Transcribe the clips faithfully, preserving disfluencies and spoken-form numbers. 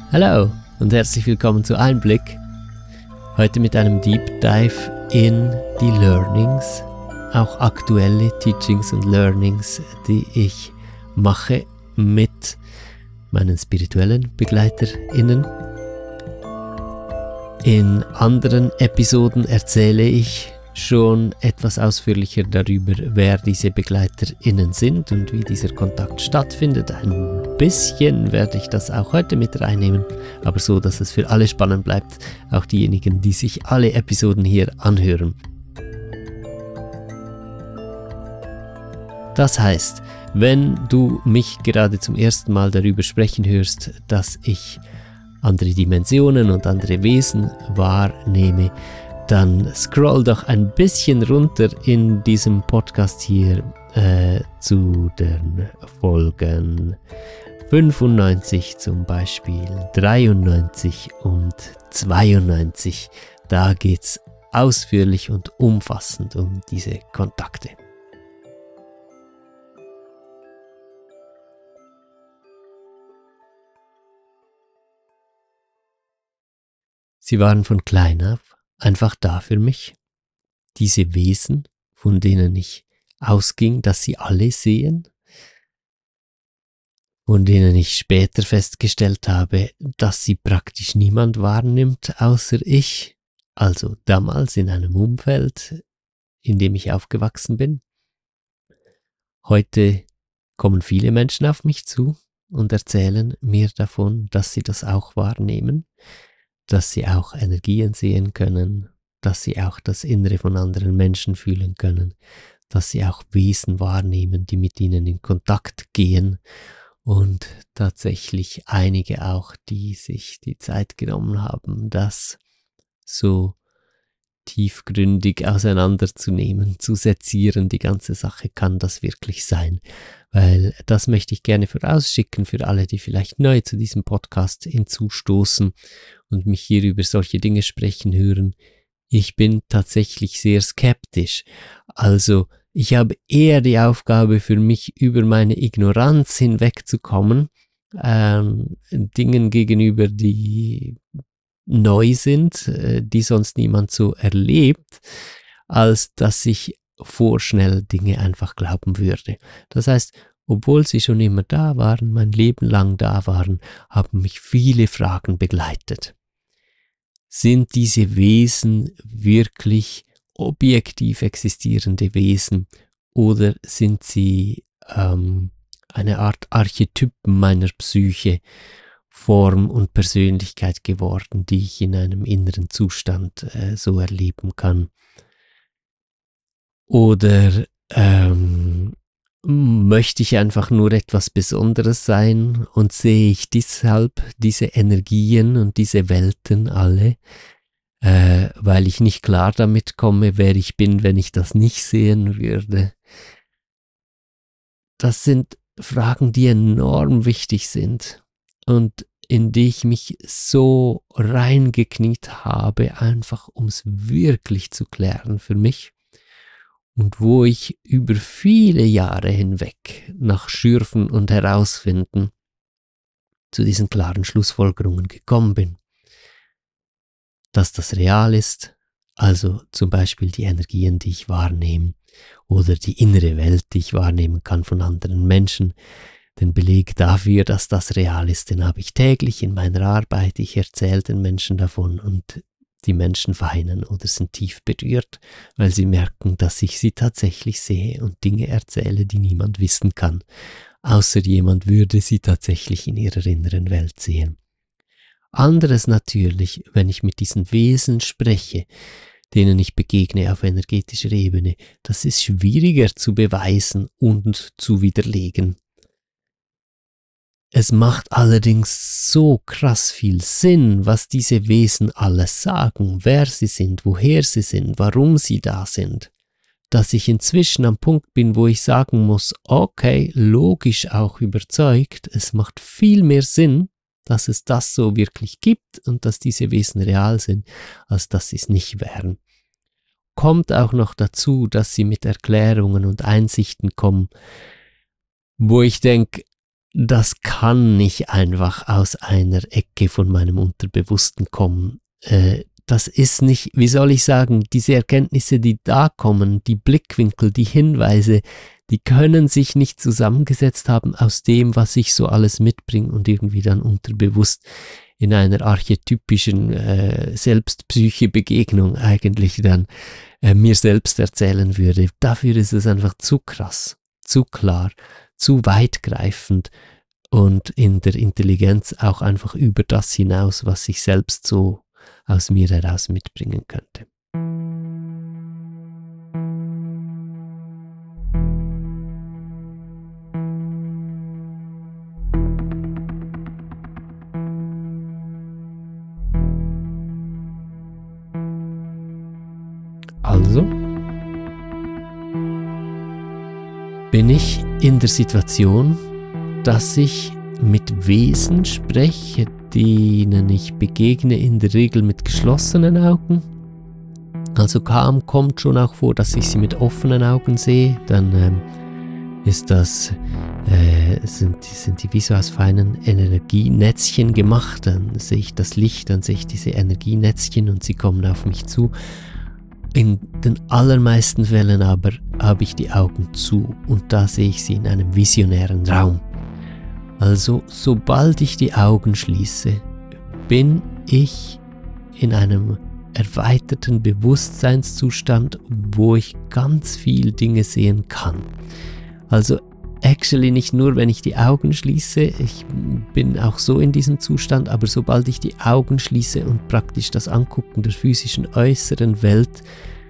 Hallo und herzlich willkommen zu Einblick. Heute mit einem Deep Dive in die Learnings, auch aktuelle Teachings und Learnings, die ich mache mit meinen spirituellen BegleiterInnen. In anderen Episoden erzähle ich schon etwas ausführlicher darüber, wer diese BegleiterInnen sind und wie dieser Kontakt stattfindet. Ein bisschen werde ich das auch heute mit reinnehmen, aber so, dass es für alle spannend bleibt, auch diejenigen, die sich alle Episoden hier anhören. Das heißt, wenn du mich gerade zum ersten Mal darüber sprechen hörst, dass ich andere Dimensionen und andere Wesen wahrnehme, dann scroll doch ein bisschen runter in diesem Podcast hier äh, zu den Folgen fünfundneunzig zum Beispiel, dreiundneunzig und zweiundneunzig. Da geht es ausführlich und umfassend um diese Kontakte. Sie waren von klein auf einfach da für mich, diese Wesen, von denen ich ausging, dass sie alle sehen, von denen ich später festgestellt habe, dass sie praktisch niemand wahrnimmt, außer ich, also damals in einem Umfeld, in dem ich aufgewachsen bin. Heute kommen viele Menschen auf mich zu und erzählen mir davon, dass sie das auch wahrnehmen, dass sie auch Energien sehen können, dass sie auch das Innere von anderen Menschen fühlen können, dass sie auch Wesen wahrnehmen, die mit ihnen in Kontakt gehen und tatsächlich einige auch, die sich die Zeit genommen haben, das so tiefgründig auseinanderzunehmen, zu sezieren, die ganze Sache, kann das wirklich sein? Weil das möchte ich gerne vorausschicken für alle, die vielleicht neu zu diesem Podcast hinzustoßen und mich hier über solche Dinge sprechen hören. Ich bin tatsächlich sehr skeptisch. Also ich habe eher die Aufgabe für mich, über meine Ignoranz hinwegzukommen, ähm, Dingen gegenüber, die neu sind, die sonst niemand so erlebt, als dass ich vorschnell Dinge einfach glauben würde. Das heißt, obwohl sie schon immer da waren, mein Leben lang da waren, haben mich viele Fragen begleitet. Sind diese Wesen wirklich objektiv existierende Wesen oder sind sie ähm, eine Art Archetypen meiner Psyche, Form und Persönlichkeit geworden, die ich in einem inneren Zustand äh, so erleben kann? Oder ähm, möchte ich einfach nur etwas Besonderes sein und sehe ich deshalb diese Energien und diese Welten alle, äh, weil ich nicht klar damit komme, wer ich bin, wenn ich das nicht sehen würde? Das sind Fragen, die enorm wichtig sind und in die ich mich so reingekniet habe, einfach um es wirklich zu klären für mich. Und wo ich über viele Jahre hinweg nach Schürfen und Herausfinden zu diesen klaren Schlussfolgerungen gekommen bin. Dass das real ist, also zum Beispiel die Energien, die ich wahrnehme, oder die innere Welt, die ich wahrnehmen kann von anderen Menschen. Den Beleg dafür, dass das real ist, den habe ich täglich in meiner Arbeit. Ich erzähle den Menschen davon und die Menschen weinen oder sind tief berührt, weil sie merken, dass ich sie tatsächlich sehe und Dinge erzähle, die niemand wissen kann, außer jemand würde sie tatsächlich in ihrer inneren Welt sehen. Anderes natürlich, wenn ich mit diesen Wesen spreche, denen ich begegne auf energetischer Ebene, das ist schwieriger zu beweisen und zu widerlegen. Es macht allerdings so krass viel Sinn, was diese Wesen alles sagen, wer sie sind, woher sie sind, warum sie da sind, dass ich inzwischen am Punkt bin, wo ich sagen muss, okay, logisch auch überzeugt, es macht viel mehr Sinn, dass es das so wirklich gibt und dass diese Wesen real sind, als dass sie es nicht wären. Kommt auch noch dazu, dass sie mit Erklärungen und Einsichten kommen, wo ich denke, das kann nicht einfach aus einer Ecke von meinem Unterbewussten kommen. Äh, das ist nicht, wie soll ich sagen, diese Erkenntnisse, die da kommen, die Blickwinkel, die Hinweise, die können sich nicht zusammengesetzt haben aus dem, was ich so alles mitbringe und irgendwie dann unterbewusst in einer archetypischen äh, Selbstpsyche-Begegnung eigentlich dann äh, mir selbst erzählen würde. Dafür ist es einfach zu krass, zu klar, zu weitgreifend und in der Intelligenz auch einfach über das hinaus, was ich selbst so aus mir heraus mitbringen könnte. Also bin ich in der Situation, dass ich mit Wesen spreche, denen ich begegne, in der Regel mit geschlossenen Augen. Also kaum kommt schon auch vor, dass ich sie mit offenen Augen sehe, dann ähm, ist das, äh, sind, sind die wie so aus feinen Energienetzchen gemacht. Dann sehe ich das Licht, dann sehe ich diese Energienetzchen und sie kommen auf mich zu. In den allermeisten Fällen aber habe ich die Augen zu und da sehe ich sie in einem visionären Raum. Also sobald ich die Augen schließe, bin ich in einem erweiterten Bewusstseinszustand, wo ich ganz viel Dinge sehen kann. Also actually nicht nur, wenn ich die Augen schließe, ich bin auch so in diesem Zustand, aber sobald ich die Augen schließe und praktisch das Angucken der physischen äußeren Welt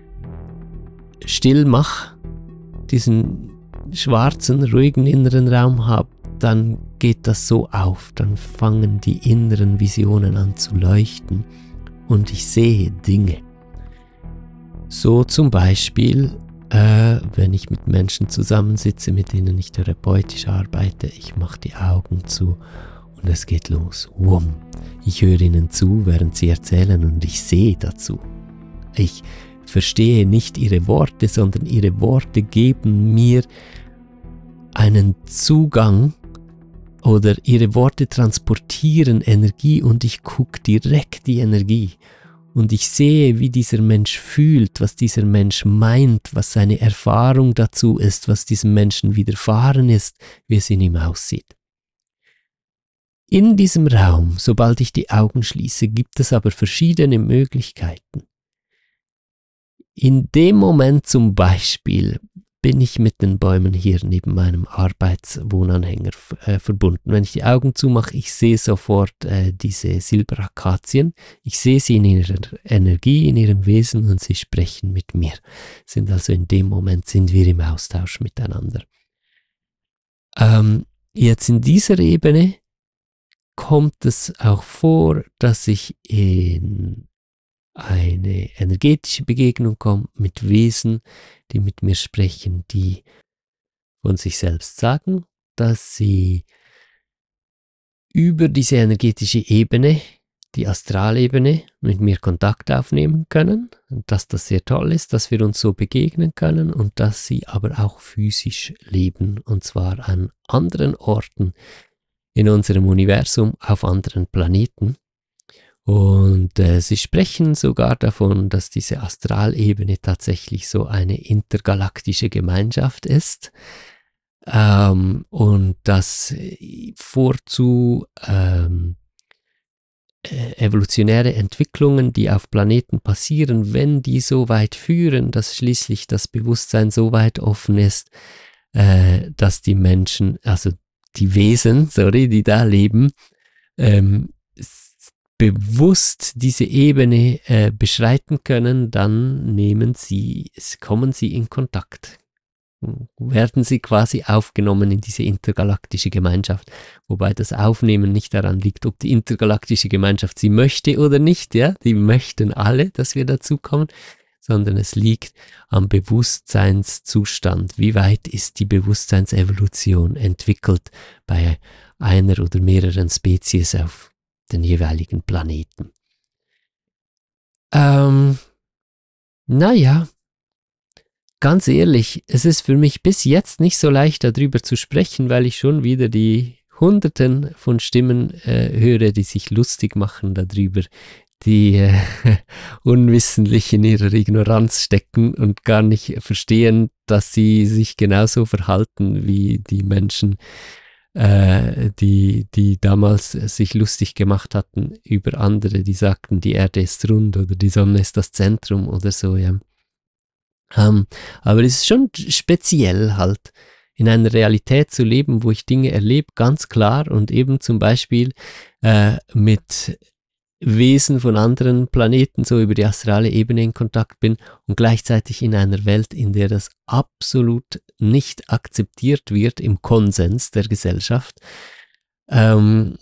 still mache, diesen schwarzen, ruhigen inneren Raum habe, dann geht das so auf, dann fangen die inneren Visionen an zu leuchten und ich sehe Dinge. So zum Beispiel, äh, wenn ich mit Menschen zusammensitze, mit denen ich therapeutisch arbeite, ich mache die Augen zu und es geht los. Wumm. Ich höre ihnen zu, während sie erzählen und ich sehe dazu. Ich verstehe nicht ihre Worte, sondern ihre Worte geben mir einen Zugang oder ihre Worte transportieren Energie und ich gucke direkt die Energie. Und ich sehe, wie dieser Mensch fühlt, was dieser Mensch meint, was seine Erfahrung dazu ist, was diesem Menschen widerfahren ist, wie es in ihm aussieht. In diesem Raum, sobald ich die Augen schließe, gibt es aber verschiedene Möglichkeiten. In dem Moment zum Beispiel bin ich mit den Bäumen hier neben meinem Arbeitswohnanhänger äh, verbunden. Wenn ich die Augen zumache, ich sehe sofort äh, diese Silberakazien. Ich sehe sie in ihrer Energie, in ihrem Wesen und sie sprechen mit mir. Sind also in dem Moment sind wir im Austausch miteinander. Ähm, jetzt in dieser Ebene kommt es auch vor, dass ich in eine energetische Begegnung komme mit Wesen, die mit mir sprechen, die von sich selbst sagen, dass sie über diese energetische Ebene, die Astralebene, mit mir Kontakt aufnehmen können und dass das sehr toll ist, dass wir uns so begegnen können und dass sie aber auch physisch leben und zwar an anderen Orten in unserem Universum, auf anderen Planeten. Und äh, sie sprechen sogar davon, dass diese Astralebene tatsächlich so eine intergalaktische Gemeinschaft ist ähm, und dass vorzu ähm, äh, evolutionäre Entwicklungen, die auf Planeten passieren, wenn die so weit führen, dass schließlich das Bewusstsein so weit offen ist, äh, dass die Menschen, also die Wesen, sorry, die da leben, ähm, bewusst diese Ebene äh, beschreiten können, dann nehmen sie, kommen sie in Kontakt. Werden sie quasi aufgenommen in diese intergalaktische Gemeinschaft. Wobei das Aufnehmen nicht daran liegt, ob die intergalaktische Gemeinschaft sie möchte oder nicht. Ja, die möchten alle, dass wir dazukommen, sondern es liegt am Bewusstseinszustand. Wie weit ist die Bewusstseinsevolution entwickelt bei einer oder mehreren Spezies auf den jeweiligen Planeten. Ähm, naja, ganz ehrlich, es ist für mich bis jetzt nicht so leicht darüber zu sprechen, weil ich schon wieder die Hunderten von Stimmen äh, höre, die sich lustig machen darüber, die äh, unwissentlich in ihrer Ignoranz stecken und gar nicht verstehen, dass sie sich genauso verhalten wie die Menschen, äh, die, die damals sich lustig gemacht hatten über andere, die sagten, die Erde ist rund oder die Sonne ist das Zentrum oder so, ja. Ähm, aber es ist schon speziell halt, in einer Realität zu leben, wo ich Dinge erlebe, ganz klar, und eben zum Beispiel äh, mit Wesen von anderen Planeten so über die astrale Ebene in Kontakt bin und gleichzeitig in einer Welt, in der das absolut nicht akzeptiert wird im Konsens der Gesellschaft, ähm,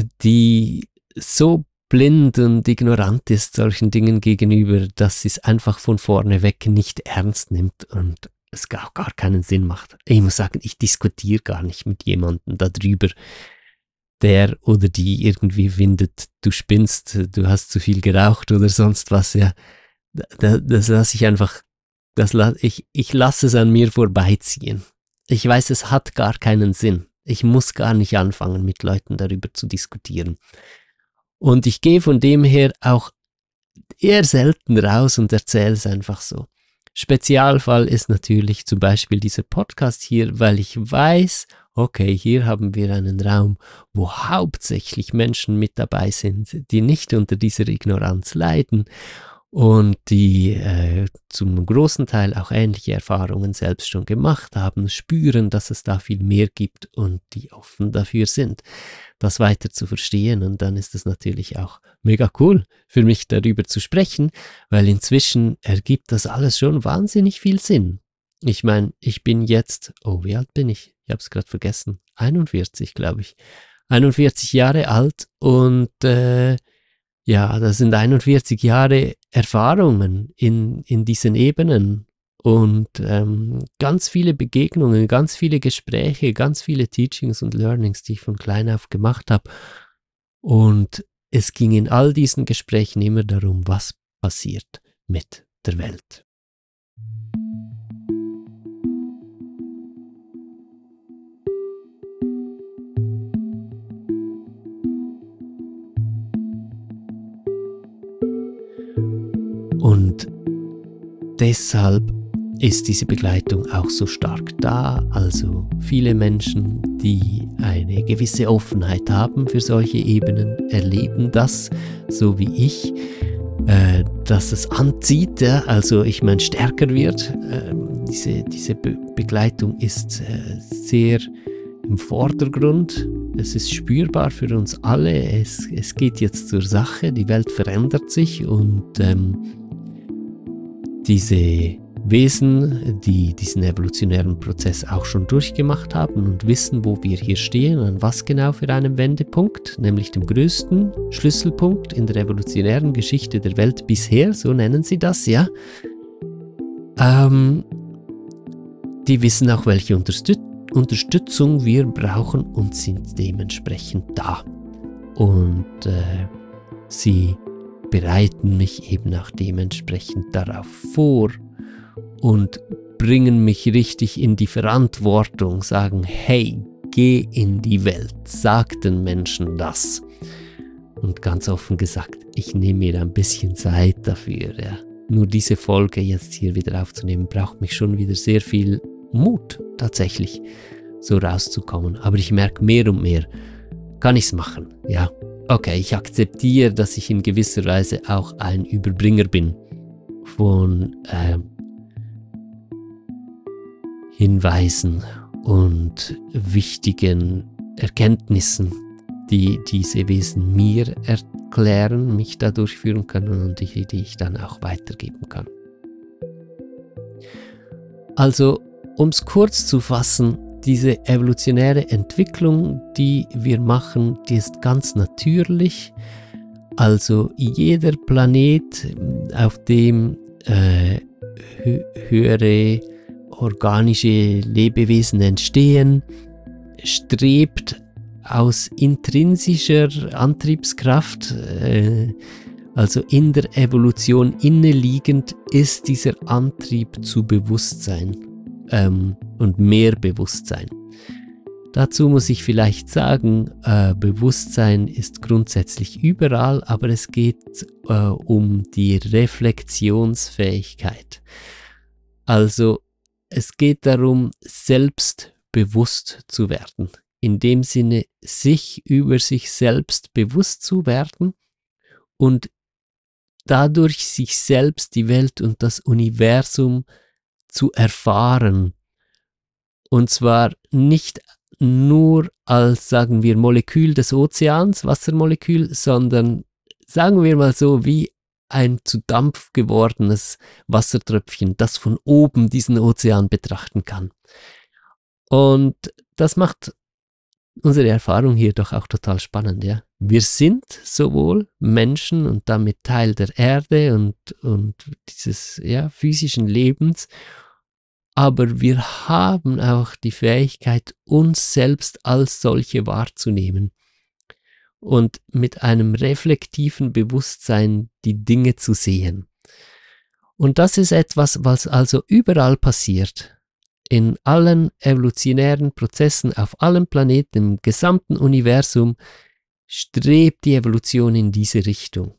die so blind und ignorant ist solchen Dingen gegenüber, dass sie es einfach von vorne weg nicht ernst nimmt und es auch gar keinen Sinn macht. Ich muss sagen, ich diskutiere gar nicht mit jemandem darüber, der oder die irgendwie findet, du spinnst, du hast zu viel geraucht oder sonst was, ja. Das, das lasse ich einfach, das la, ich, ich lasse es an mir vorbeiziehen. Ich weiß, es hat gar keinen Sinn. Ich muss gar nicht anfangen, mit Leuten darüber zu diskutieren. Und ich gehe von dem her auch eher selten raus und erzähle es einfach so. Spezialfall ist natürlich zum Beispiel dieser Podcast hier, weil ich weiß, okay, hier haben wir einen Raum, wo hauptsächlich Menschen mit dabei sind, die nicht unter dieser Ignoranz leiden und die äh, zum großen Teil auch ähnliche Erfahrungen selbst schon gemacht haben, spüren, dass es da viel mehr gibt und die offen dafür sind, das weiter zu verstehen. Und dann ist es natürlich auch mega cool für mich, darüber zu sprechen, weil inzwischen ergibt das alles schon wahnsinnig viel Sinn. Ich meine, ich bin jetzt, oh, wie alt bin ich? Ich habe es gerade vergessen, einundvierzig, glaube ich. einundvierzig Jahre alt und äh, ja, das sind einundvierzig Jahre Erfahrungen in, in diesen Ebenen und ähm, ganz viele Begegnungen, ganz viele Gespräche, ganz viele Teachings und Learnings, die ich von klein auf gemacht habe. Und es ging in all diesen Gesprächen immer darum, was passiert mit der Welt. Und deshalb ist diese Begleitung auch so stark da. Also viele Menschen, die eine gewisse Offenheit haben für solche Ebenen, erleben das, so wie ich, äh, dass es anzieht, ja? Also ich meine stärker wird. Äh, diese, diese Be- Begleitung ist äh, sehr im Vordergrund. Es ist spürbar für uns alle. Es, es geht jetzt zur Sache. Die Welt verändert sich und ähm, diese Wesen, die diesen evolutionären Prozess auch schon durchgemacht haben und wissen, wo wir hier stehen, an was genau für einem Wendepunkt, nämlich dem größten Schlüsselpunkt in der evolutionären Geschichte der Welt bisher, so nennen sie das, ja. Ähm, die wissen auch, welche Unterstützung Unterstützung wir brauchen und sind dementsprechend da. Und äh, sie bereiten mich eben auch dementsprechend darauf vor und bringen mich richtig in die Verantwortung, sagen, hey, geh in die Welt, sag den Menschen das. Und ganz offen gesagt, ich nehme mir ein bisschen Zeit dafür. Ja. Nur diese Folge jetzt hier wieder aufzunehmen, braucht mich schon wieder sehr viel Mut, tatsächlich so rauszukommen. Aber ich merke mehr und mehr, kann ich es machen, ja. Okay, ich akzeptiere, dass ich in gewisser Weise auch ein Überbringer bin von äh, Hinweisen und wichtigen Erkenntnissen, die diese Wesen mir erklären, mich da durchführen können und die, die ich dann auch weitergeben kann. Also, um es kurz zu fassen, diese evolutionäre Entwicklung, die wir machen, die ist ganz natürlich. Also jeder Planet, auf dem äh, hö- höhere organische Lebewesen entstehen, strebt aus intrinsischer Antriebskraft, äh, also in der Evolution inneliegend, ist dieser Antrieb zu Bewusstsein. Ähm, und mehr Bewusstsein. Dazu muss ich vielleicht sagen, äh, Bewusstsein ist grundsätzlich überall, aber es geht äh, um die Reflexionsfähigkeit. Also es geht darum, selbstbewusst zu werden. In dem Sinne, sich über sich selbst bewusst zu werden und dadurch sich selbst, die Welt und das Universum zu erfahren. Und zwar nicht nur als, sagen wir, Molekül des Ozeans, Wassermolekül, sondern, sagen wir mal so, wie ein zu Dampf gewordenes Wassertröpfchen, das von oben diesen Ozean betrachten kann. Und das macht unsere Erfahrung hier doch auch total spannend, ja. Wir sind sowohl Menschen und damit Teil der Erde und, und dieses ja, physischen Lebens, aber wir haben auch die Fähigkeit, uns selbst als solche wahrzunehmen und mit einem reflektiven Bewusstsein die Dinge zu sehen. Und das ist etwas, was also überall passiert. In allen evolutionären Prozessen auf allen Planeten, im gesamten Universum, strebt die Evolution in diese Richtung.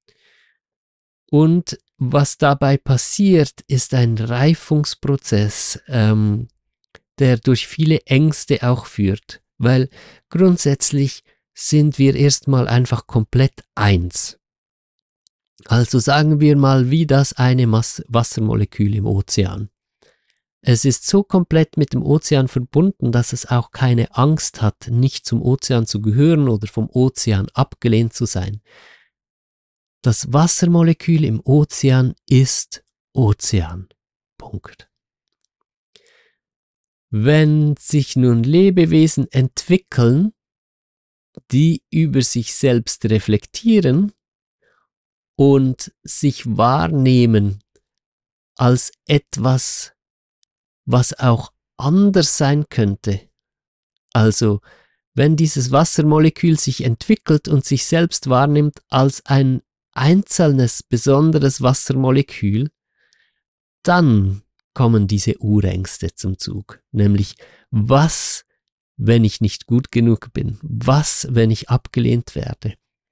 Und was dabei passiert, ist ein Reifungsprozess, ähm, der durch viele Ängste auch führt, weil grundsätzlich sind wir erstmal einfach komplett eins. Also sagen wir mal wie das eine Mas- Wassermolekül im Ozean. Es ist so komplett mit dem Ozean verbunden, dass es auch keine Angst hat, nicht zum Ozean zu gehören oder vom Ozean abgelehnt zu sein. Das Wassermolekül im Ozean ist Ozean. Punkt. Wenn sich nun Lebewesen entwickeln, die über sich selbst reflektieren und sich wahrnehmen als etwas, was auch anders sein könnte. Also, wenn dieses Wassermolekül sich entwickelt und sich selbst wahrnimmt als ein einzelnes, besonderes Wassermolekül, dann kommen diese Urängste zum Zug. Nämlich, was, wenn ich nicht gut genug bin? Was, wenn ich abgelehnt werde?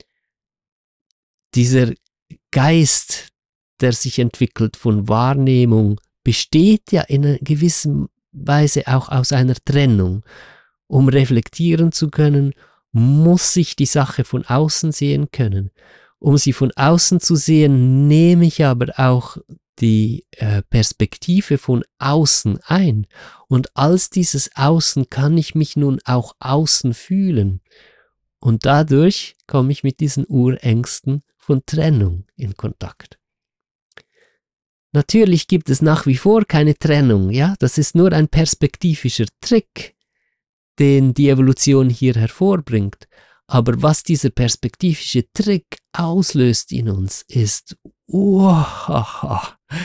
Dieser Geist, der sich entwickelt von Wahrnehmung, besteht ja in einer gewissen Weise auch aus einer Trennung. Um reflektieren zu können, muss ich die Sache von außen sehen können. Um sie von außen zu sehen, nehme ich aber auch die äh, Perspektive von außen ein. Und als dieses Außen kann ich mich nun auch außen fühlen. Und dadurch komme ich mit diesen Urängsten von Trennung in Kontakt. Natürlich gibt es nach wie vor keine Trennung, ja, das ist nur ein perspektivischer Trick, den die Evolution hier hervorbringt. Aber was dieser perspektivische Trick auslöst in uns, ist oh,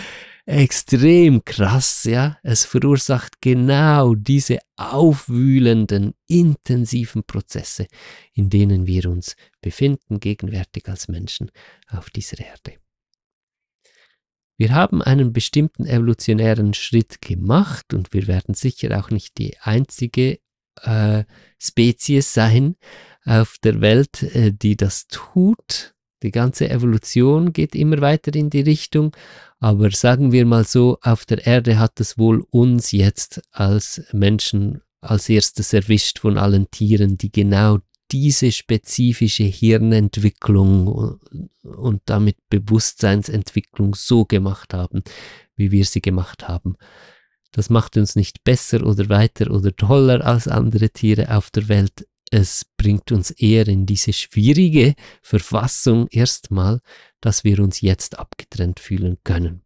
extrem krass, ja. Es verursacht genau diese aufwühlenden, intensiven Prozesse, in denen wir uns befinden, gegenwärtig als Menschen auf dieser Erde. Wir haben einen bestimmten evolutionären Schritt gemacht und wir werden sicher auch nicht die einzige äh, Spezies sein auf der Welt, äh, die das tut. Die ganze Evolution geht immer weiter in die Richtung, aber sagen wir mal so, auf der Erde hat es wohl uns jetzt als Menschen als erstes erwischt von allen Tieren, die genau diese spezifische Hirnentwicklung und damit Bewusstseinsentwicklung so gemacht haben, wie wir sie gemacht haben. Das macht uns nicht besser oder weiter oder toller als andere Tiere auf der Welt. Es bringt uns eher in diese schwierige Verfassung erstmal, dass wir uns jetzt abgetrennt fühlen können.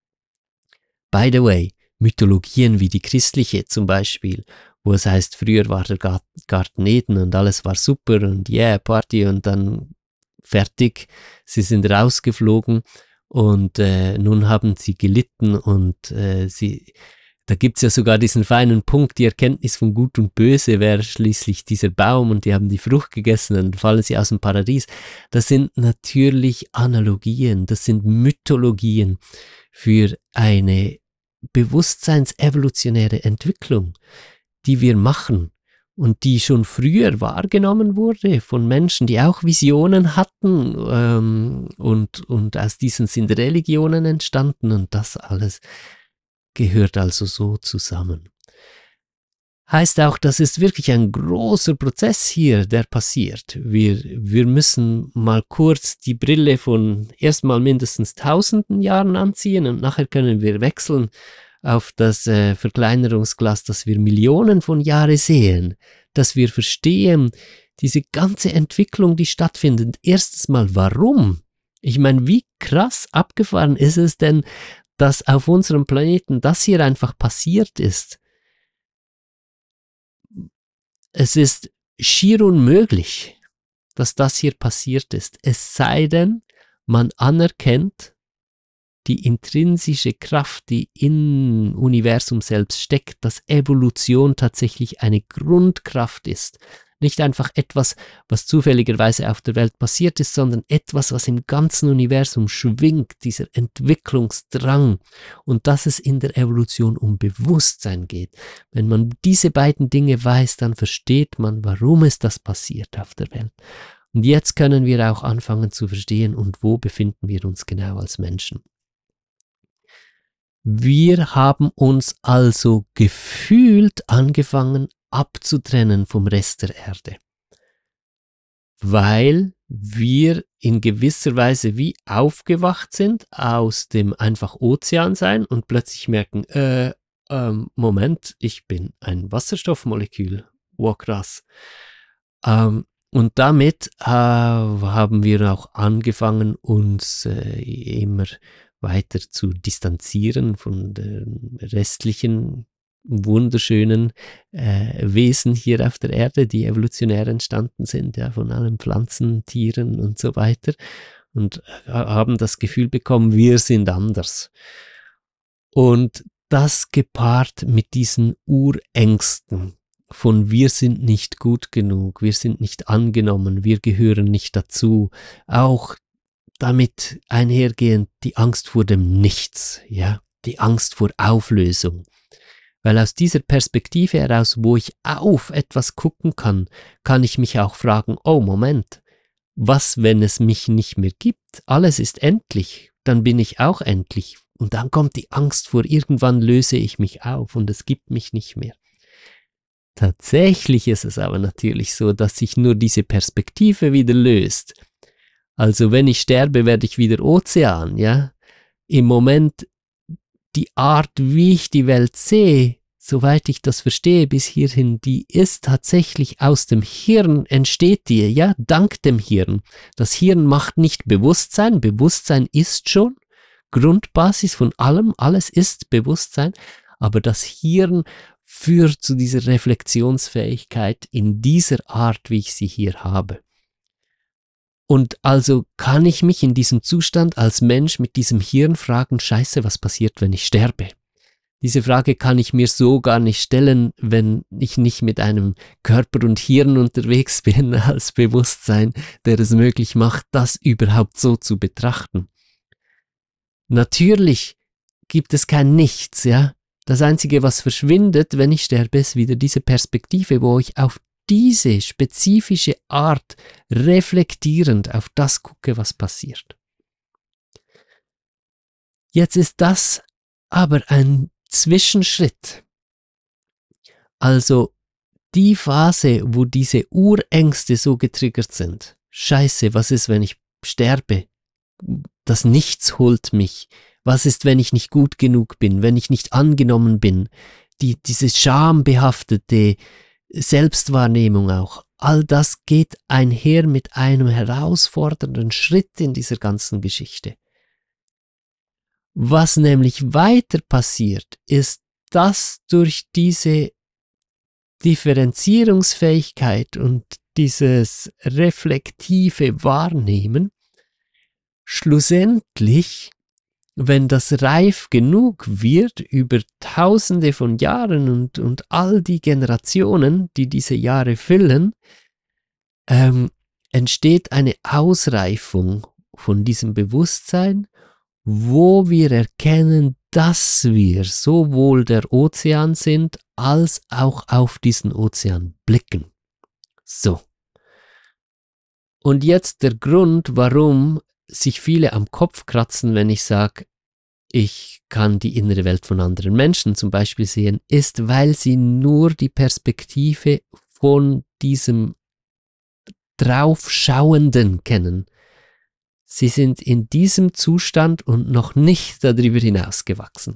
By the way, Mythologien wie die christliche zum Beispiel, wo es heißt, früher war der Garten Eden und alles war super und yeah, Party und dann fertig. Sie sind rausgeflogen und äh, nun haben sie gelitten und äh, sie, da gibt es ja sogar diesen feinen Punkt, die Erkenntnis von Gut und Böse wäre schließlich dieser Baum und die haben die Frucht gegessen und dann fallen sie aus dem Paradies. Das sind natürlich Analogien, das sind Mythologien für eine bewusstseinsevolutionäre Entwicklung, die wir machen und die schon früher wahrgenommen wurde von Menschen, die auch Visionen hatten ähm, und, und aus diesen sind Religionen entstanden und das alles gehört also so zusammen. Heißt auch, das ist wirklich ein großer Prozess hier, der passiert. Wir, wir müssen mal kurz die Brille von erstmal mindestens tausenden Jahren anziehen und nachher können wir wechseln auf das äh, Verkleinerungsglas, dass wir Millionen von Jahren sehen, dass wir verstehen, diese ganze Entwicklung, die stattfindet. Erstens mal, warum? Ich meine, wie krass abgefahren ist es denn, dass auf unserem Planeten das hier einfach passiert ist? Es ist schier unmöglich, dass das hier passiert ist, es sei denn, man anerkennt die intrinsische Kraft, die im Universum selbst steckt, dass Evolution tatsächlich eine Grundkraft ist. Nicht einfach etwas, was zufälligerweise auf der Welt passiert ist, sondern etwas, was im ganzen Universum schwingt, dieser Entwicklungsdrang. Und dass es in der Evolution um Bewusstsein geht. Wenn man diese beiden Dinge weiß, dann versteht man, warum es das passiert auf der Welt. Und jetzt können wir auch anfangen zu verstehen, und wo befinden wir uns genau als Menschen. Wir haben uns also gefühlt angefangen abzutrennen vom Rest der Erde, weil wir in gewisser Weise wie aufgewacht sind aus dem einfach Ozean sein und plötzlich merken, äh, ähm, Moment, ich bin ein Wasserstoffmolekül, wow krass. Ähm, und damit äh, haben wir auch angefangen, uns äh, immer weiter zu distanzieren von den restlichen wunderschönen äh, Wesen hier auf der Erde, die evolutionär entstanden sind, ja, von allen Pflanzen, Tieren und so weiter, und äh, haben das Gefühl bekommen, wir sind anders. Und das gepaart mit diesen Urängsten von wir sind nicht gut genug, wir sind nicht angenommen, wir gehören nicht dazu, auch damit einhergehend die Angst vor dem Nichts, ja, die Angst vor Auflösung. Weil aus dieser Perspektive heraus, wo ich auf etwas gucken kann, kann ich mich auch fragen, oh Moment, was, wenn es mich nicht mehr gibt? Alles ist endlich, dann bin ich auch endlich. Und dann kommt die Angst vor, irgendwann löse ich mich auf und es gibt mich nicht mehr. Tatsächlich ist es aber natürlich so, dass sich nur diese Perspektive wieder löst. Also wenn ich sterbe, werde ich wieder Ozean, ja. Im Moment die Art, wie ich die Welt sehe, soweit ich das verstehe bis hierhin, die ist tatsächlich aus dem Hirn, entsteht die, ja, dank dem Hirn. Das Hirn macht nicht Bewusstsein, Bewusstsein ist schon Grundbasis von allem, alles ist Bewusstsein, aber das Hirn führt zu dieser Reflexionsfähigkeit in dieser Art, wie ich sie hier habe. Und also kann ich mich in diesem Zustand als Mensch mit diesem Hirn fragen, Scheiße, was passiert, wenn ich sterbe? Diese Frage kann ich mir so gar nicht stellen, wenn ich nicht mit einem Körper und Hirn unterwegs bin als Bewusstsein, der es möglich macht, das überhaupt so zu betrachten. Natürlich gibt es kein Nichts, ja. Das Einzige, was verschwindet, wenn ich sterbe, ist wieder diese Perspektive, wo ich auf diese spezifische Art reflektierend auf das gucke, was passiert. Jetzt ist das aber ein Zwischenschritt. Also die Phase, wo diese Urängste so getriggert sind. Scheiße, was ist, wenn ich sterbe? Das Nichts holt mich. Was ist, wenn ich nicht gut genug bin, wenn ich nicht angenommen bin? Die, diese schambehaftete Selbstwahrnehmung auch. All das geht einher mit einem herausfordernden Schritt in dieser ganzen Geschichte. Was nämlich weiter passiert, ist, dass durch diese Differenzierungsfähigkeit und dieses reflektive Wahrnehmen schlussendlich, wenn das reif genug wird über tausende von Jahren und, und all die Generationen, die diese Jahre füllen, ähm, entsteht eine Ausreifung von diesem Bewusstsein, wo wir erkennen, dass wir sowohl der Ozean sind, als auch auf diesen Ozean blicken. So. Und jetzt der Grund, warum sich viele am Kopf kratzen, wenn ich sage, ich kann die innere Welt von anderen Menschen zum Beispiel sehen, ist, weil sie nur die Perspektive von diesem Draufschauenden kennen. Sie sind in diesem Zustand und noch nicht darüber hinausgewachsen.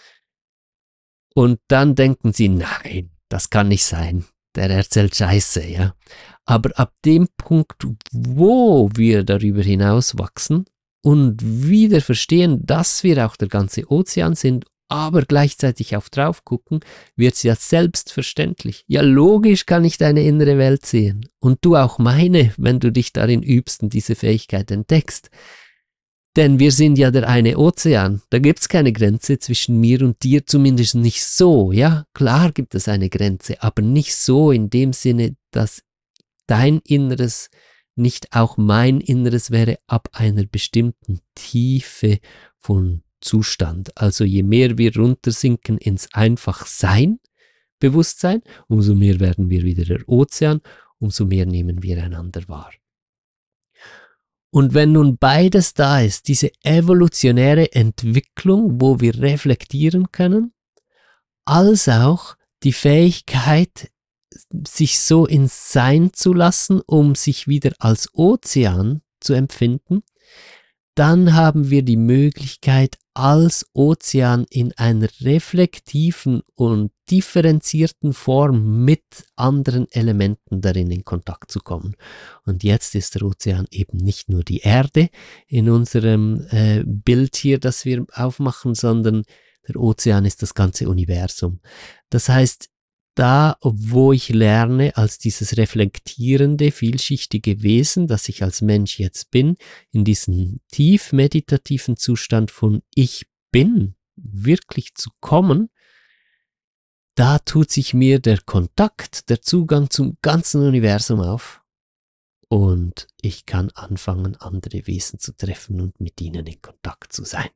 Und dann denken sie, nein, das kann nicht sein, der erzählt Scheiße, ja. Aber ab dem Punkt, wo wir darüber hinauswachsen und wieder verstehen, dass wir auch der ganze Ozean sind, aber gleichzeitig auch drauf gucken, wird es ja selbstverständlich. Ja, logisch kann ich deine innere Welt sehen und du auch meine, wenn du dich darin übst und diese Fähigkeit entdeckst. Denn wir sind ja der eine Ozean, da gibt es keine Grenze zwischen mir und dir, zumindest nicht so, ja. Klar gibt es eine Grenze, aber nicht so in dem Sinne, dass dein Inneres nicht auch mein Inneres wäre ab einer bestimmten Tiefe von Zustand. Also je mehr wir runtersinken ins Einfachsein, Bewusstsein, umso mehr werden wir wieder der Ozean, umso mehr nehmen wir einander wahr. Und wenn nun beides da ist, diese evolutionäre Entwicklung, wo wir reflektieren können, als auch die Fähigkeit, sich so ins Sein zu lassen, um sich wieder als Ozean zu empfinden, dann haben wir die Möglichkeit, als Ozean in einer reflektiven und differenzierten Form mit anderen Elementen darin in Kontakt zu kommen. Und jetzt ist der Ozean eben nicht nur die Erde in unserem äh, Bild hier, das wir aufmachen, sondern der Ozean ist das ganze Universum. Das heißt, da, wo ich lerne, als dieses reflektierende, vielschichtige Wesen, das ich als Mensch jetzt bin, in diesen tief meditativen Zustand von Ich bin, wirklich zu kommen, da tut sich mir der Kontakt, der Zugang zum ganzen Universum auf und ich kann anfangen, andere Wesen zu treffen und mit ihnen in Kontakt zu sein.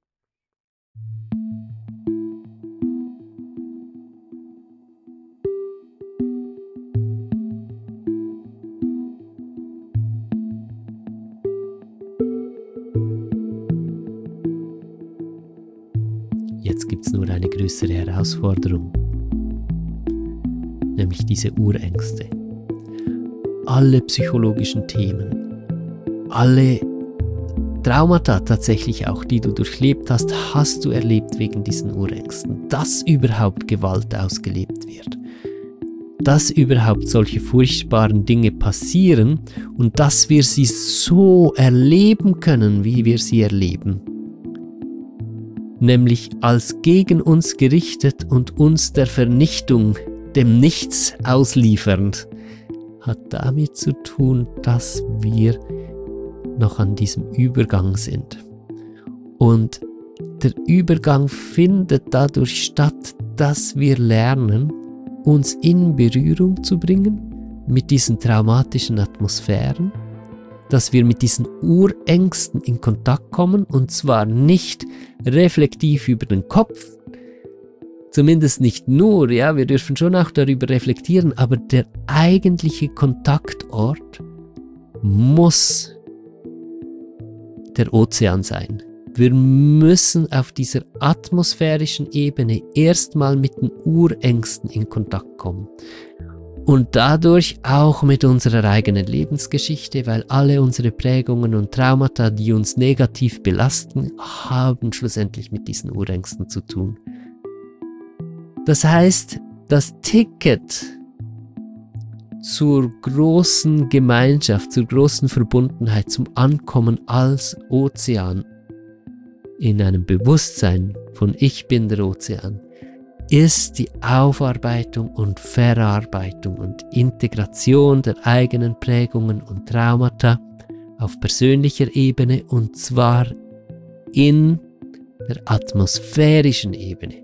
Jetzt gibt es nur eine größere Herausforderung, nämlich diese Urängste. Alle psychologischen Themen, alle Traumata tatsächlich auch, die du durchlebt hast, hast du erlebt wegen diesen Urängsten. Dass überhaupt Gewalt ausgelebt wird, dass überhaupt solche furchtbaren Dinge passieren und dass wir sie so erleben können, wie wir sie erleben. Nämlich als gegen uns gerichtet und uns der Vernichtung, dem Nichts ausliefernd, hat damit zu tun, dass wir noch an diesem Übergang sind. Und der Übergang findet dadurch statt, dass wir lernen, uns in Berührung zu bringen mit diesen traumatischen Atmosphären, dass wir mit diesen Urängsten in Kontakt kommen, und zwar nicht reflektiv über den Kopf, zumindest nicht nur, ja, wir dürfen schon auch darüber reflektieren, aber der eigentliche Kontaktort muss der Ozean sein. Wir müssen auf dieser atmosphärischen Ebene erstmal mit den Urängsten in Kontakt kommen. Und dadurch auch mit unserer eigenen Lebensgeschichte, weil alle unsere Prägungen und Traumata, die uns negativ belasten, haben schlussendlich mit diesen Urängsten zu tun. Das heißt, das Ticket zur großen Gemeinschaft, zur großen Verbundenheit, zum Ankommen als Ozean, in einem Bewusstsein von Ich bin der Ozean, ist die Aufarbeitung und Verarbeitung und Integration der eigenen Prägungen und Traumata auf persönlicher Ebene, und zwar in der atmosphärischen Ebene.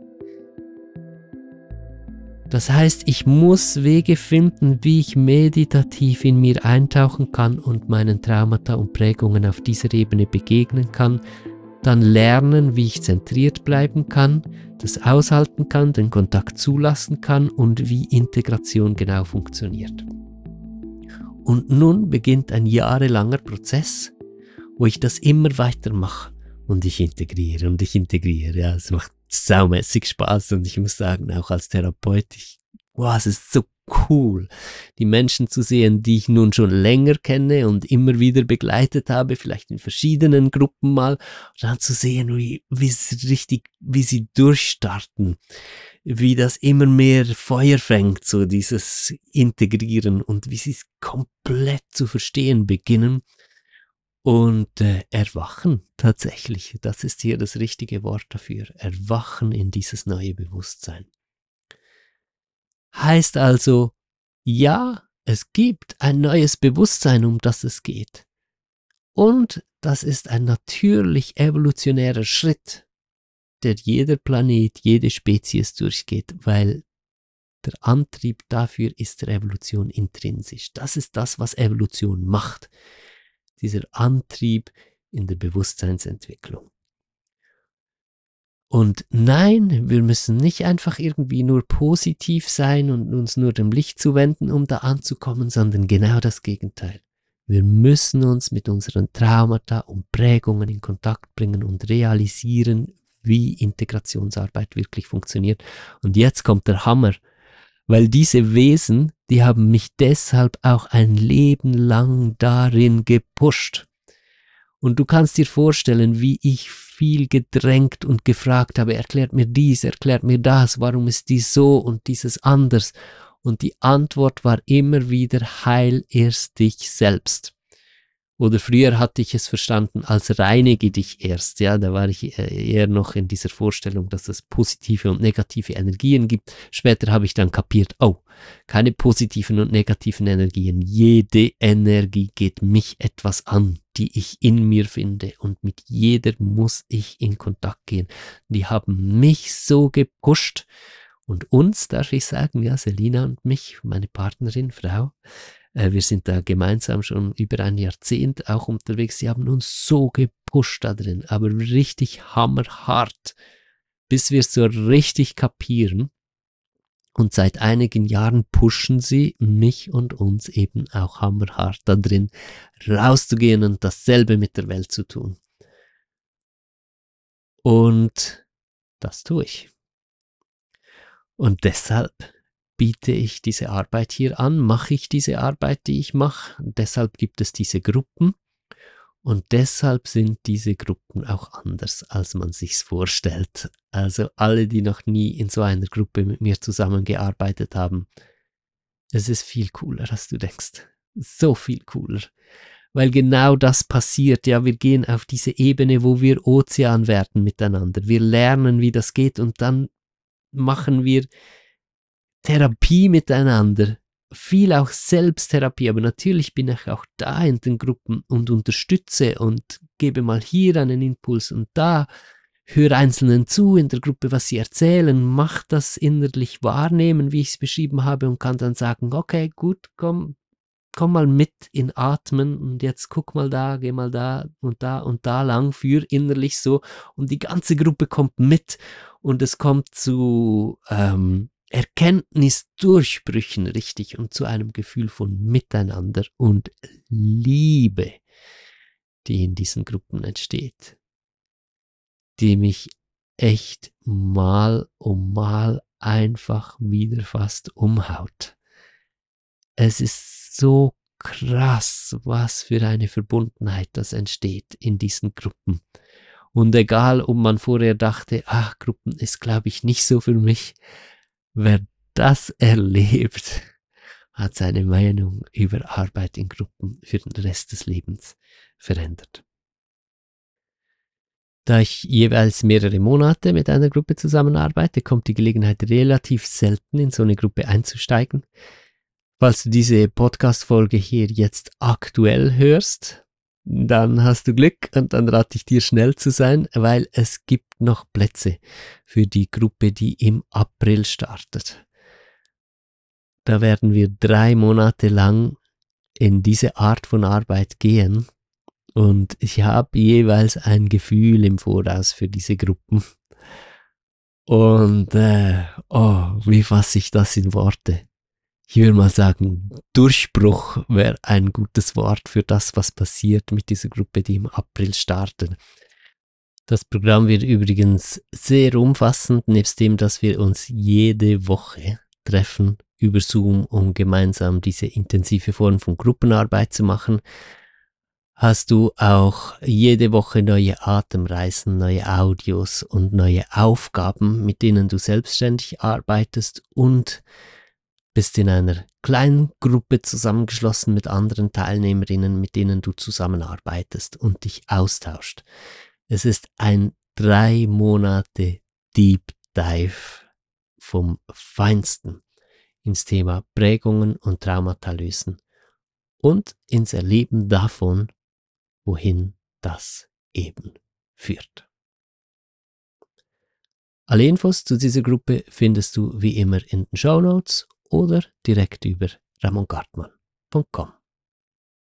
Das heißt, ich muss Wege finden, wie ich meditativ in mir eintauchen kann und meinen Traumata und Prägungen auf dieser Ebene begegnen kann, dann lernen, wie ich zentriert bleiben kann, das aushalten kann, den Kontakt zulassen kann und wie Integration genau funktioniert. Und nun beginnt ein jahrelanger Prozess, wo ich das immer weiter mache und ich integriere und ich integriere. Ja, es macht saumäßig Spaß und ich muss sagen, auch als Therapeut, ich, wow, es ist so cool, die Menschen zu sehen, die ich nun schon länger kenne und immer wieder begleitet habe, vielleicht in verschiedenen Gruppen mal, und dann zu sehen, wie, wie es richtig, wie sie durchstarten, wie das immer mehr Feuer fängt, so dieses Integrieren und wie sie es komplett zu verstehen beginnen und äh, erwachen tatsächlich. Das ist hier das richtige Wort dafür. Erwachen in dieses neue Bewusstsein. Heißt also, ja, es gibt ein neues Bewusstsein, um das es geht. Und das ist ein natürlich evolutionärer Schritt, der jeder Planet, jede Spezies durchgeht, weil der Antrieb dafür ist der Evolution intrinsisch. Das ist das, was Evolution macht. Dieser Antrieb in der Bewusstseinsentwicklung. Und nein, wir müssen nicht einfach irgendwie nur positiv sein und uns nur dem Licht zuwenden, um da anzukommen, sondern genau das Gegenteil. Wir müssen uns mit unseren Traumata und Prägungen in Kontakt bringen und realisieren, wie Integrationsarbeit wirklich funktioniert. Und jetzt kommt der Hammer, weil diese Wesen, die haben mich deshalb auch ein Leben lang darin gepusht. Und du kannst dir vorstellen, wie ich viel gedrängt und gefragt habe, erklärt mir dies, erklärt mir das, warum ist dies so und dieses anders. Und die Antwort war immer wieder, heil erst dich selbst. Oder früher hatte ich es verstanden als reinige dich erst. Ja, da war ich eher noch in dieser Vorstellung, dass es positive und negative Energien gibt. Später habe ich dann kapiert, oh, keine positiven und negativen Energien. Jede Energie geht mich etwas an, die ich in mir finde. Und mit jeder muss ich in Kontakt gehen. Die haben mich so gepusht. Und uns, darf ich sagen, ja, Selina und mich, meine Partnerin, Frau, wir sind da gemeinsam schon über ein Jahrzehnt auch unterwegs. Sie haben uns so gepusht da drin, aber richtig hammerhart, bis wir es so richtig kapieren. Und seit einigen Jahren pushen sie mich und uns eben auch hammerhart da drin, rauszugehen und dasselbe mit der Welt zu tun. Und das tue ich. Und deshalb biete ich diese Arbeit hier an, mache ich diese Arbeit, die ich mache. Und deshalb gibt es diese Gruppen und deshalb sind diese Gruppen auch anders, als man sich's vorstellt. Also alle, die noch nie in so einer Gruppe mit mir zusammengearbeitet haben, es ist viel cooler, als du denkst. So viel cooler. Weil genau das passiert. Ja, wir gehen auf diese Ebene, wo wir Ozean werden miteinander. Wir lernen, wie das geht und dann machen wir Therapie miteinander, viel auch Selbsttherapie, aber natürlich bin ich auch da in den Gruppen und unterstütze und gebe mal hier einen Impuls und da, höre Einzelnen zu in der Gruppe, was sie erzählen, mach das innerlich wahrnehmen, wie ich es beschrieben habe und kann dann sagen, okay, gut, komm, komm mal mit in Atmen und jetzt guck mal da, geh mal da und da und da lang, für innerlich so und die ganze Gruppe kommt mit und es kommt zu ähm, Erkenntnisdurchbrüchen, richtig, und zu einem Gefühl von Miteinander und Liebe, die in diesen Gruppen entsteht, die mich echt mal um mal einfach wieder fast umhaut. Es ist so krass, was für eine Verbundenheit das entsteht in diesen Gruppen. Und egal, ob man vorher dachte, ach, Gruppen ist, glaube ich, nicht so für mich, wer das erlebt, hat seine Meinung über Arbeit in Gruppen für den Rest des Lebens verändert. Da ich jeweils mehrere Monate mit einer Gruppe zusammenarbeite, kommt die Gelegenheit relativ selten in so eine Gruppe einzusteigen. Falls du diese Podcast-Folge hier jetzt aktuell hörst, dann hast du Glück und dann rate ich dir schnell zu sein, weil es gibt noch Plätze für die Gruppe, die im April startet. Da werden wir drei Monate lang in diese Art von Arbeit gehen Und ich habe jeweils ein Gefühl im Voraus für diese Gruppen. Und äh, oh, wie fasse ich das in Worte? Ich würde mal sagen, Durchbruch wäre ein gutes Wort für das, was passiert mit dieser Gruppe, die im April startet. Das Programm wird übrigens sehr umfassend, nebst dem, dass wir uns jede Woche treffen über Zoom, um gemeinsam diese intensive Form von Gruppenarbeit zu machen. Hast du auch jede Woche neue Atemreisen, neue Audios und neue Aufgaben, mit denen du selbstständig arbeitest und bist in einer kleinen Gruppe zusammengeschlossen mit anderen Teilnehmerinnen, mit denen du zusammenarbeitest und dich austauscht. Es ist ein drei Monate Deep Dive vom Feinsten ins Thema Prägungen und Traumata lösen und ins Erleben davon, wohin das eben führt. Alle Infos zu dieser Gruppe findest du wie immer in den Shownotes oder direkt über ramon gartmann punkt com.